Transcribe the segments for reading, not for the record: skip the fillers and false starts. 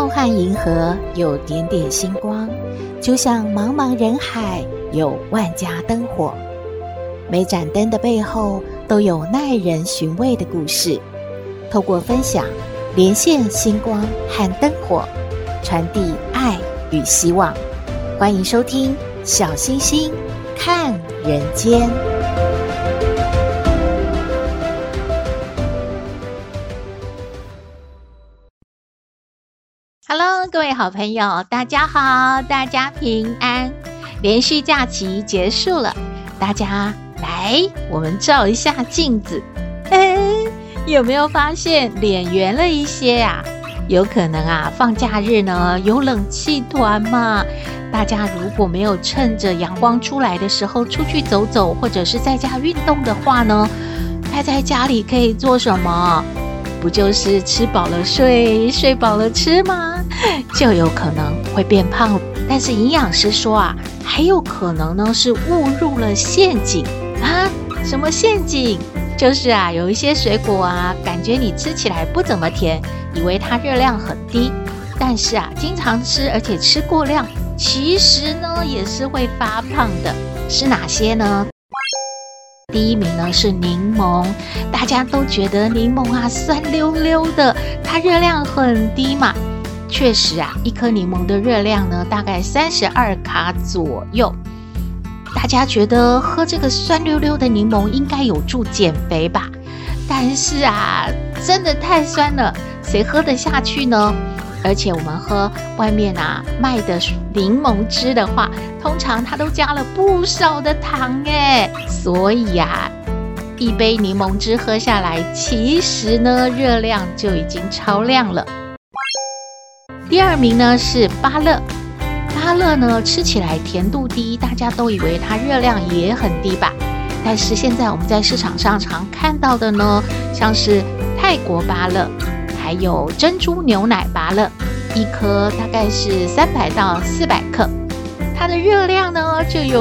空和银河有点点星光，就像茫茫人海有万家灯火。每盏灯的背后都有耐人寻味的故事。透过分享，连线星光和灯火，传递爱与希望。欢迎收听小星星看人间。Hello， 各位好朋友，大家好，大家平安。连续假期结束了，大家来，我们照一下镜子。有没有发现脸圆了一些啊？有可能啊，放假日呢有冷气团嘛。大家如果没有趁着阳光出来的时候出去走走，或者是在家运动的话呢，待在家里可以做什么？不就是吃饱了睡，睡饱了吃吗？就有可能会变胖。但是营养师说啊，还有可能呢是误入了陷阱啊。什么陷阱？就是啊，有一些水果啊，感觉你吃起来不怎么甜，以为它热量很低，但是啊，经常吃而且吃过量，其实呢也是会发胖的。是哪些呢？第一名呢是柠檬，大家都觉得柠檬啊酸溜溜的，它热量很低嘛。确实啊，一颗柠檬的热量呢大概32卡左右。大家觉得喝这个酸溜溜的柠檬应该有助减肥吧？但是啊，真的太酸了，谁喝得下去呢？而且我们喝外面啊卖的柠檬汁的话，通常它都加了不少的糖耶。所以啊，一杯柠檬汁喝下来，其实呢热量就已经超量了。第二名呢是芭乐。芭乐呢吃起来甜度低，大家都以为它热量也很低吧？但是现在我们在市场上常看到的呢，像是泰国芭乐，还有珍珠牛奶芭乐，一颗大概是300到400克，它的热量呢就有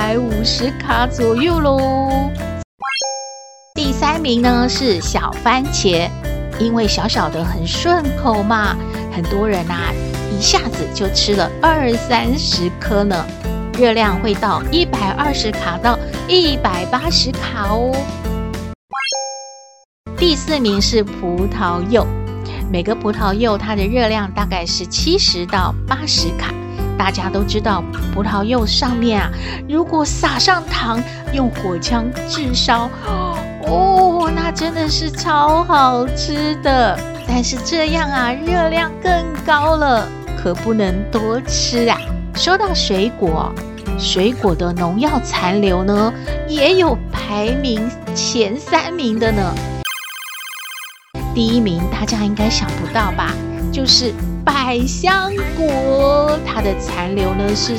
150卡左右咯。第三名呢是小番茄，因为小小的很顺口嘛，很多人啊一下子就吃了20-30颗呢，热量会到120卡到180卡哦。第四名是葡萄柚，每个葡萄柚它的热量大概是70到80卡。大家都知道葡萄柚上面啊，如果撒上糖，用火枪炙烧，哦，那真的是超好吃的。但是这样啊，热量更高了，可不能多吃啊。说到水果，水果的农药残留呢，也有排名前3名的呢。第一名大家应该想不到吧，就是百香果，它的残留呢是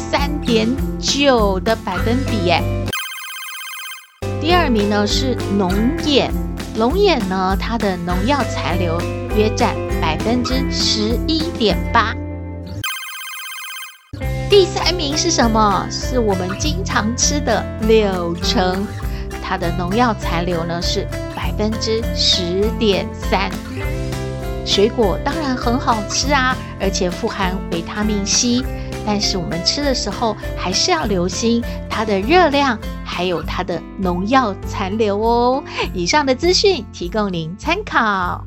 13.9%的百分比耶。第二名呢是龙眼，龙眼呢它的农药残留约占11.8%。第三名是什么？是我们经常吃的柳橙，它的农药残留呢是10.3%。水果当然很好吃啊，而且富含维他命 C， 但是我们吃的时候还是要留心它的热量，还有它的农药残留哦。以上的资讯提供您参考。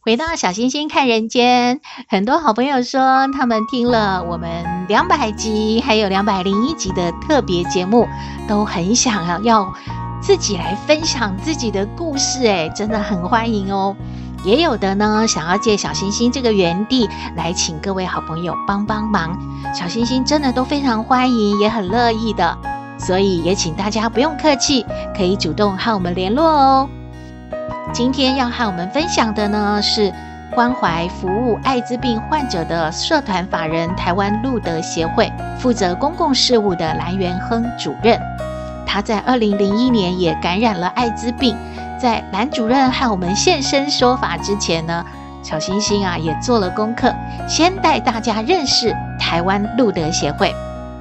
回到小星星看人间，很多好朋友说他们听了我们200集还有201集的特别节目，都很想要自己来分享自己的故事，真的很欢迎哦。也有的呢想要借小星星这个园地来请各位好朋友帮帮忙，小星星真的都非常欢迎，也很乐意的，所以也请大家不用客气，可以主动和我们联络哦。今天要和我们分享的呢是关怀服务艾滋病患者的社团法人台湾路德协会负责公共事务的蓝元亨主任。他在2001年也感染了艾滋病，在蓝主任和我们现身说法之前呢，小星星也做了功课，先带大家认识台湾路德协会。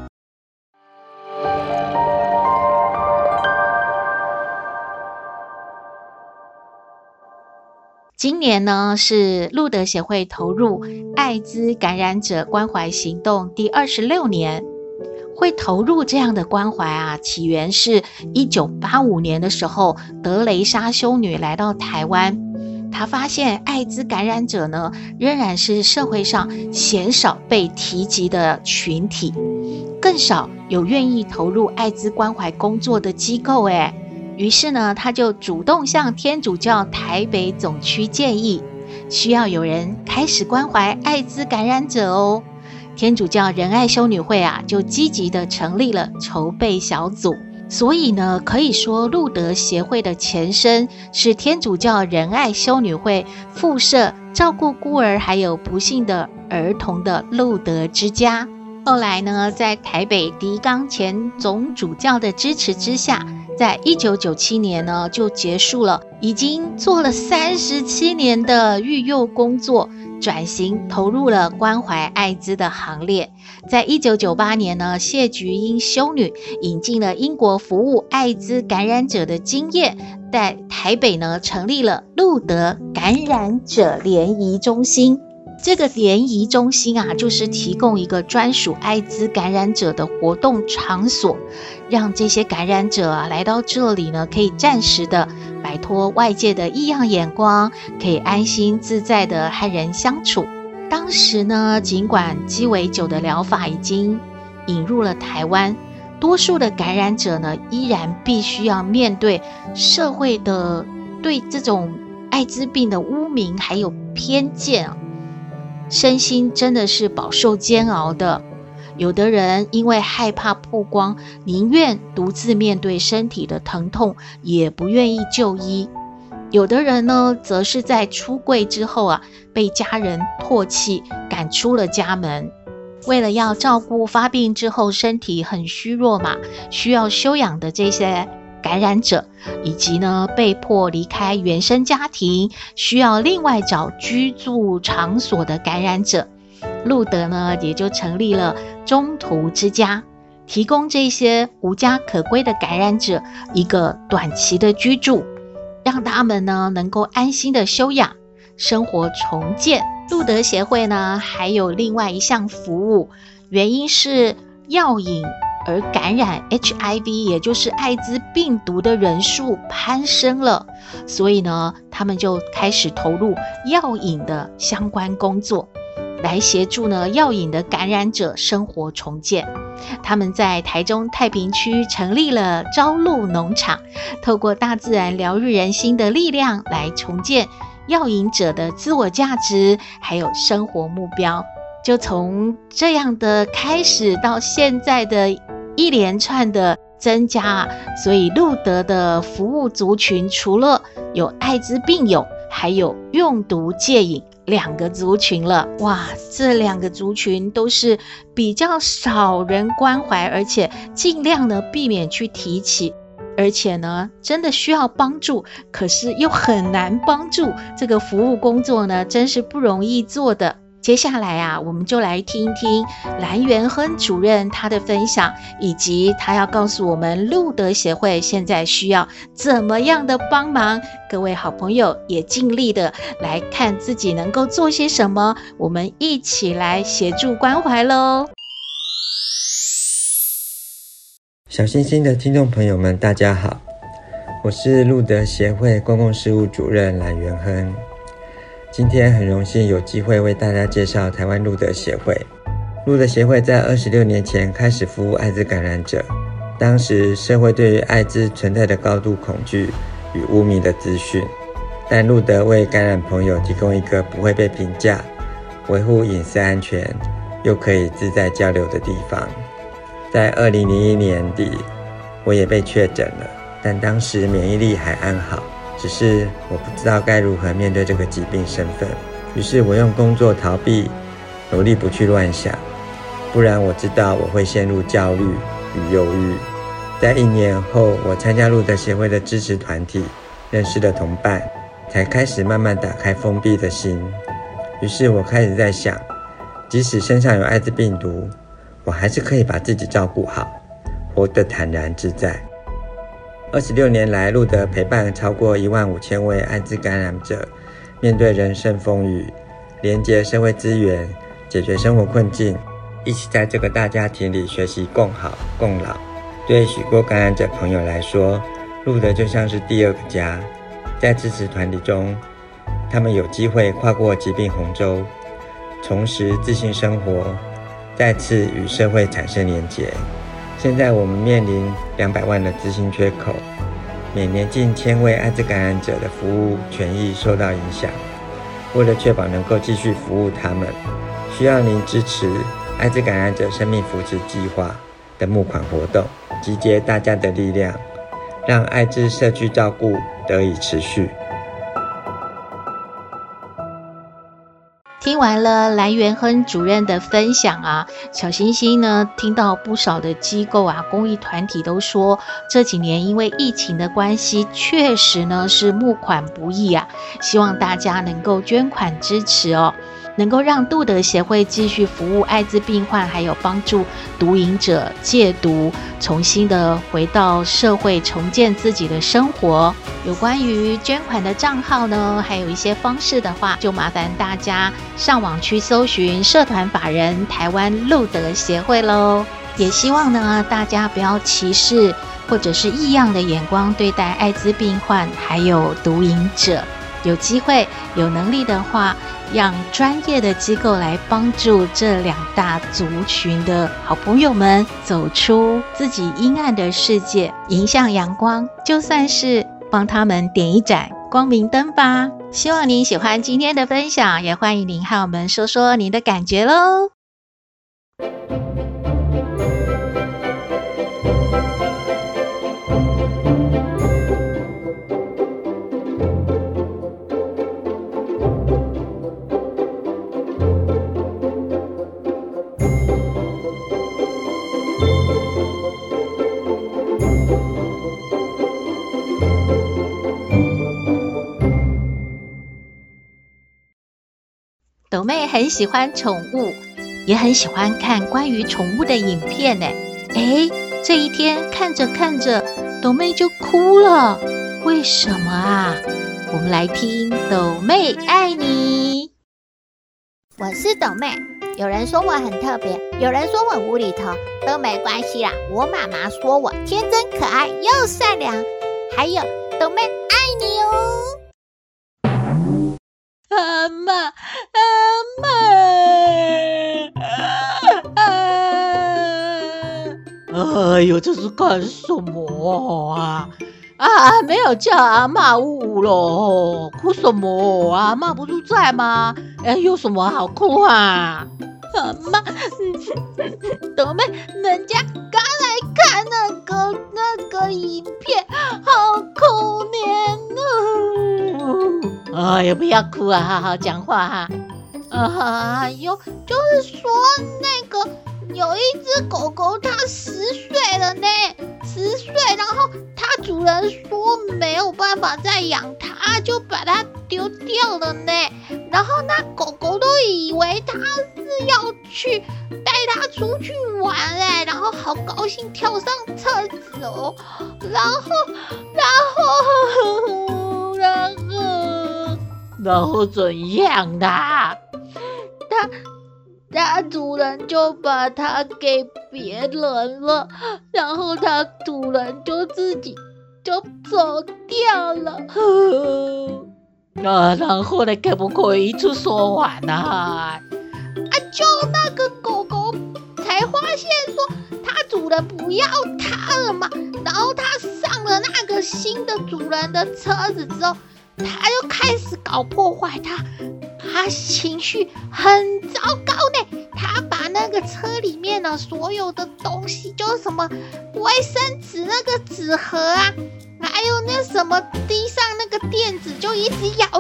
今年呢是路德协会投入艾滋感染者关怀行动第26年。会投入这样的关怀起源是1985年的时候，德雷莎修女来到台湾，她发现艾滋感染者呢仍然是社会上鲜少被提及的群体，更少有愿意投入艾滋关怀工作的机构于是呢，他就主动向天主教台北总区建议，需要有人开始关怀艾滋感染者哦。天主教仁爱修女会就积极的成立了筹备小组，所以呢，可以说路德协会的前身是天主教仁爱修女会附设照顾孤儿还有不幸的儿童的路德之家。后来呢，在台北狄刚前总主教的支持之下，在1997年呢就结束了已经做了37年的育幼工作，转型投入了关怀艾滋的行列。在1998年呢，谢菊英修女引进了英国服务艾滋感染者的经验，在台北呢成立了路德感染者联谊中心。这个联谊中心就是提供一个专属艾滋感染者的活动场所，让这些感染者来到这里呢，可以暂时的摆脱外界的异样眼光，可以安心自在的和人相处。当时呢，尽管鸡尾酒的疗法已经引入了台湾，多数的感染者呢，依然必须要面对社会的对这种艾滋病的污名还有偏见身心真的是饱受煎熬的。有的人因为害怕曝光，宁愿独自面对身体的疼痛，也不愿意就医。有的人呢，则是在出柜之后被家人唾弃，赶出了家门。为了要照顾发病之后身体很虚弱需要休养的这些感染者，以及呢被迫离开原生家庭，需要另外找居住场所的感染者，路德呢也就成立了中途之家，提供这些无家可归的感染者一个短期的居住，让他们呢能够安心的休养，生活重建。路德协会呢还有另外一项服务，原因是药瘾而感染 HIV 也就是艾滋病毒的人数攀升了，所以呢他们就开始投入药瘾的相关工作，来协助呢药瘾的感染者生活重建。他们在台中太平区成立了朝露农场，透过大自然疗愈人心的力量来重建药瘾者的自我价值还有生活目标。就从这样的开始到现在的一连串的增加所以路德的服务族群除了有艾滋病友，还有用毒戒瘾2个族群了。哇，这2个族群都是比较少人关怀，而且尽量的避免去提起，而且呢真的需要帮助，可是又很难帮助，这个服务工作呢真是不容易做的。接下来我们就来听听蓝元亨主任他的分享，以及他要告诉我们路德协会现在需要怎么样的帮忙。各位好朋友也尽力的来看自己能够做些什么，我们一起来协助关怀咯。 小星星的听众朋友们大家好，我是路德协会公共事务主任蓝元亨。 今天很荣幸有机会为大家介绍台湾路德协会。路德协会在26年前开始服务艾滋感染者，当时社会对于艾滋存在的高度恐惧与污名的资讯，但路德为感染朋友提供一个不会被评价、维护隐私安全又可以自在交流的地方。在2001年底，我也被确诊了，但当时免疫力还安好，只是我不知道该如何面对这个疾病身份。于是我用工作逃避，努力不去乱想，不然我知道我会陷入焦虑与忧郁。在1年后，我参加路德协会的支持团体，认识了同伴，才开始慢慢打开封闭的心。于是我开始在想，即使身上有艾滋病毒，我还是可以把自己照顾好，活得坦然自在。26年来，路德陪伴超过15000位艾滋感染者，面对人生风雨，连结社会资源，解决生活困境，一起在这个大家庭里学习共好共老。对许多感染者朋友来说，路德就像是第二个家。在支持团体中，他们有机会跨过疾病洪舟，重拾自信生活，再次与社会产生连结。现在我们面临200万的资金缺口，每年近1000位艾滋感染者的服务权益受到影响。为了确保能够继续服务他们，需要您支持艾滋感染者生命扶持计划的募款活动，集结大家的力量，让艾滋社区照顾得以持续。 听完了蓝元亨主任的分享啊，小星星呢听到不少的机构啊、公益团体都说，这几年因为疫情的关系，确实呢是募款不易啊，希望大家能够捐款支持哦，能够让路德协会继续服务艾滋病患，还有帮助毒瘾者戒毒，重新的回到社会，重建自己的生活。有关于捐款的账号呢，还有一些方式的话，就麻烦大家上网去搜寻社团法人台湾路德协会咯。也希望呢大家不要歧视或者是异样的眼光对待艾滋病患还有毒瘾者，有机会有能力的话，让专业的机构来帮助这2大族群的好朋友们走出自己阴暗的世界，迎向阳光，就算是帮他们点一盏光明灯吧。希望您喜欢今天的分享，也欢迎您和我们说说您的感觉咯。斗妹很喜欢宠物，也很喜欢看关于宠物的影片呢。这一天看着看着，斗妹就哭了，为什么啊？我们来听斗妹爱你。 我是斗妹，有人说我很特别，有人说我无厘头，都没关系啦。我妈妈说我天真可爱又善良，还有斗妹爱你哦。 阿嬷，哎呦，这是干什么啊？没有叫阿嬷呜咯，哭什么？阿嬷不是在吗？有什么好哭啊？阿嬷，斗妹，人家刚来看那个影片，好可怜哦。哎呀，不要哭啊，好好讲话哈。就是说那个有一只狗狗，它10岁了呢，10岁，然后它主人说没有办法再养它，就把它丢掉了呢。然后那狗狗都以为它是要去带它出去玩然后好高兴跳上车子哦，然后怎样的？它主人就把它给别人了，然后它主人就自己就走掉了。 然后呢，可不可以一次说完啊？ 就那个狗狗才发现说它主人不要它了嘛，然后它上了那个新的主人的车子之后，它就开始搞破坏，它情绪很糟糕呢。它把那个车里面的所有的东西，就是什么卫生纸那个纸盒啊，还有那什么地上那个垫子，就一直咬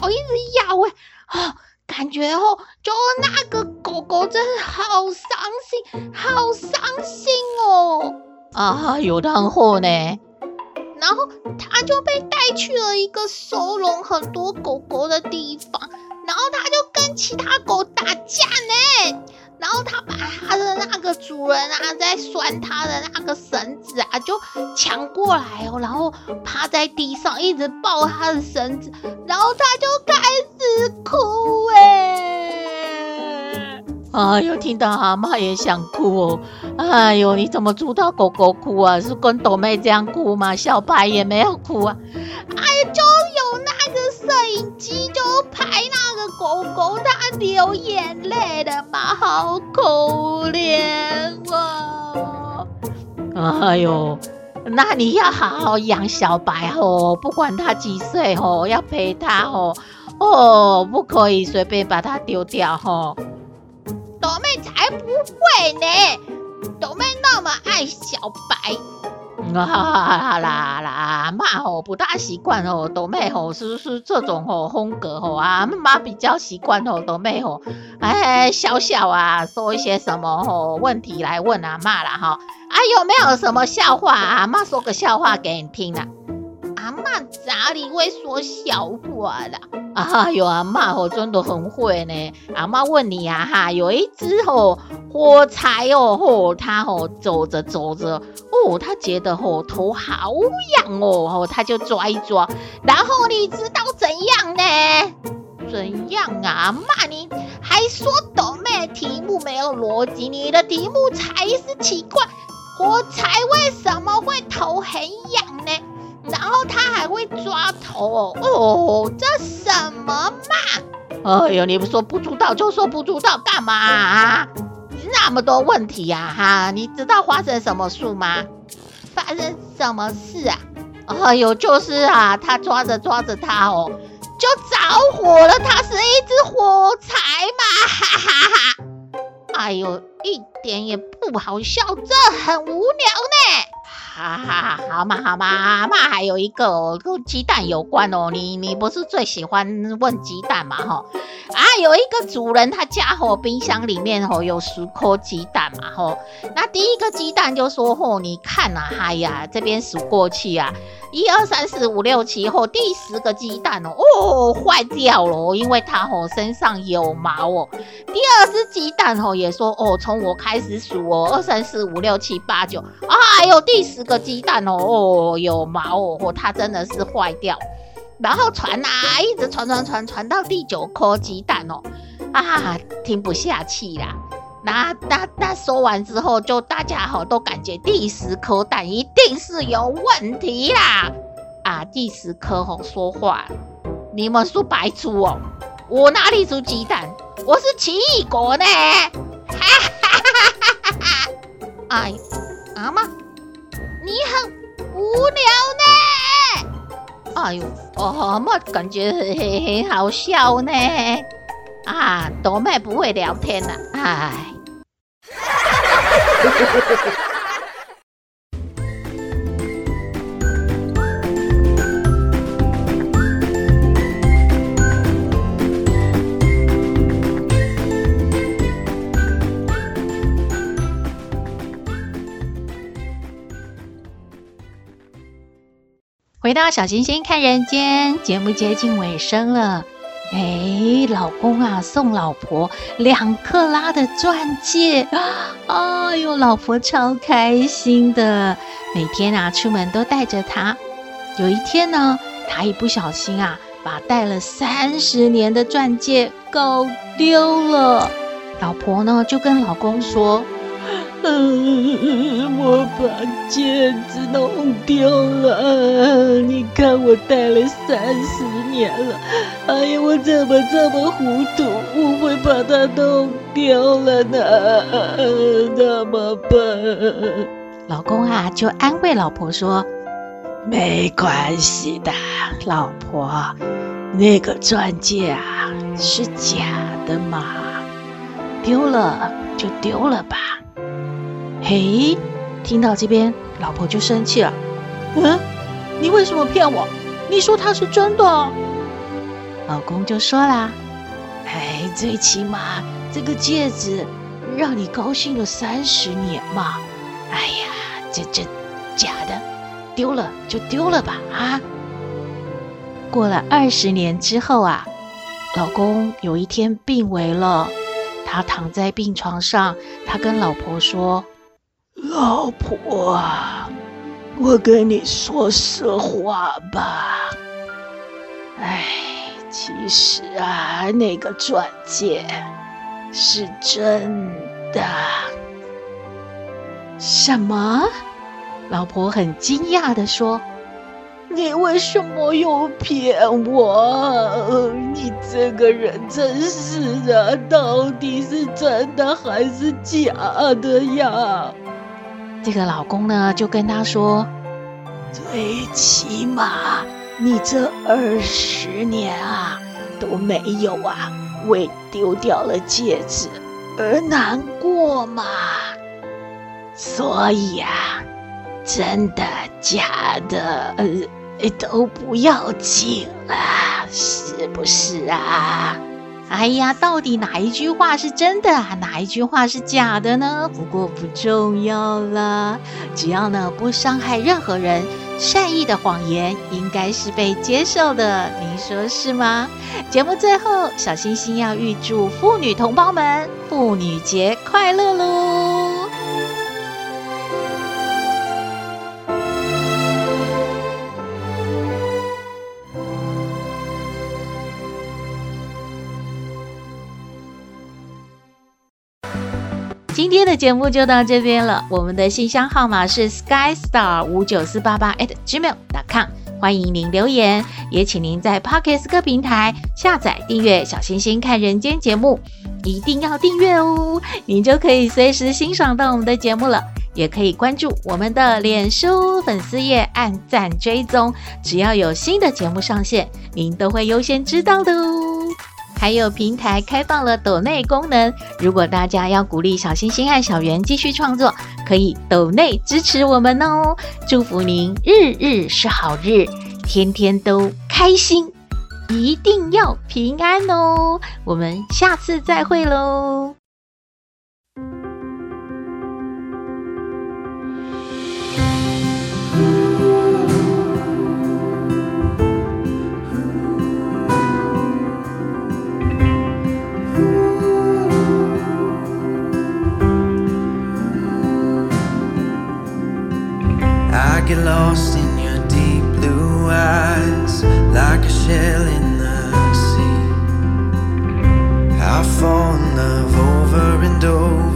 感觉就那个狗狗真是好伤心哦。 然后呢？ 然后他就被带去了一个收容很多狗狗的地方，然后他就跟其他狗打架呢。然后他把他的那个主人啊，在拴他的那个绳子啊，就抢过来然后趴在地上一直抱他的绳子，然后他就开始哭听到阿嬷也想哭哦。你怎么知道狗狗哭啊？是跟斗妹这样哭吗？小白也没有哭啊。 就有那个摄影机就拍那个狗狗它流眼泪了嘛，好可怜哦。 那你要好好养小白不管他几岁要陪他不可以随便把他丢掉斗妹才不会呢，斗妹那么爱小白。 好啦，妈不大习惯斗妹是这种风格妈比较习惯斗妹小说一些什么问题来问阿嬷啦有没有什么笑话阿嬷说个笑话给你听啦。 阿嬷哪里会说笑话啦？ 阿嬷真的很会呢。阿嬷问你有一只火柴它走着它觉得头好痒它就抓一抓，然后你知道怎样呢？ 怎样啊？阿嬷你还说斗妹题目没有逻辑，你的题目才是奇怪。火柴为什么会头很痒呢？然后他还会抓头这什么嘛？ 你不说不知道就说不知道干嘛那么多问题你知道发生什么事吗？ 发生什么事啊？ 就是他抓着它就着火了，它是一只火柴嘛，哈哈哈。 一点也不好笑，这很无聊呢。 好嘛，阿嬷还有一个跟鸡蛋有关你不是最喜欢问鸡蛋嘛有一个主人他家冰箱里面有10颗鸡蛋嘛那第一个鸡蛋就说你看这边数过去1、2、3、4、5、6、7第10个鸡蛋坏掉了因为它身上有毛第二只鸡蛋也说从我开始数2、3、4、5、6、7、8、9第10个鸡蛋有毛它真的是坏掉。然后传一直传到第9颗鸡蛋听不下去啦。那说完之后，就大家都感觉第10颗蛋一定是有问题啦。第10颗说话，你们是白痴我哪里是鸡蛋？我是奇异果呢！ 阿嬷，你很无聊呢。 阿嬷感觉很好笑呢。斗妹不会聊天啦，回到小星星看人间，节目接近尾声了。老公送老婆2克拉的钻戒，老婆超开心的，每天出门都带着它。有一天呢，他一不小心把戴了30年的钻戒搞丢了。老婆呢就跟老公说： 我把戒指弄丢了，你看我戴了30年了，哎呀，我怎么这么糊涂，我会把它弄丢了呢？怎么办？老公啊，就安慰老婆说：“没关系的，老婆，那个钻戒啊是假的嘛，丢了就丢了吧。”嘿，听到这边，老婆就生气了。你为什么骗我？你说它是真的。老公就说啦，最起码这个戒指让你高兴了30年嘛。哎呀，这假的，丢了就丢了吧啊！过了20年之后啊，老公有一天病危了，他躺在病床上，他跟老婆说：“老婆啊，我跟你说实话吧，其实啊，那个钻戒是真的。”什么？老婆很惊讶地说：“你为什么又骗我？你这个人真是的，到底是真的还是假的呀？”这个老公呢，就跟她说：“最起码你这20年啊都没有啊为丢掉了戒指而难过嘛。所以啊，真的假的都不要紧啦，是不是啊？”哎呀，到底哪一句话是真的啊？哪一句话是假的呢？不过不重要了，只要呢不伤害任何人，善意的谎言应该是被接受的，您说是吗？节目最后，小星星要预祝妇女同胞们妇女节快乐喽！今天的节目就到这边了，我们的信箱号码是 skystar59488@gmail.com， 欢迎您留言，也请您在 Podcast 各平台下载订阅小星星看人间节目，一定要订阅哦，您就可以随时欣赏到我们的节目了。也可以关注我们的脸书粉丝页，按赞追踪，只要有新的节目上线，您都会优先知道的哦。还有平台开放了抖内功能，如果大家要鼓励小星星和小圆继续创作，可以抖内支持我们哦。祝福您日日是好日，天天都开心，一定要平安哦。我们下次再会喽。 I get lost in your deep blue eyes, like a shell in the sea. I fall in love over and over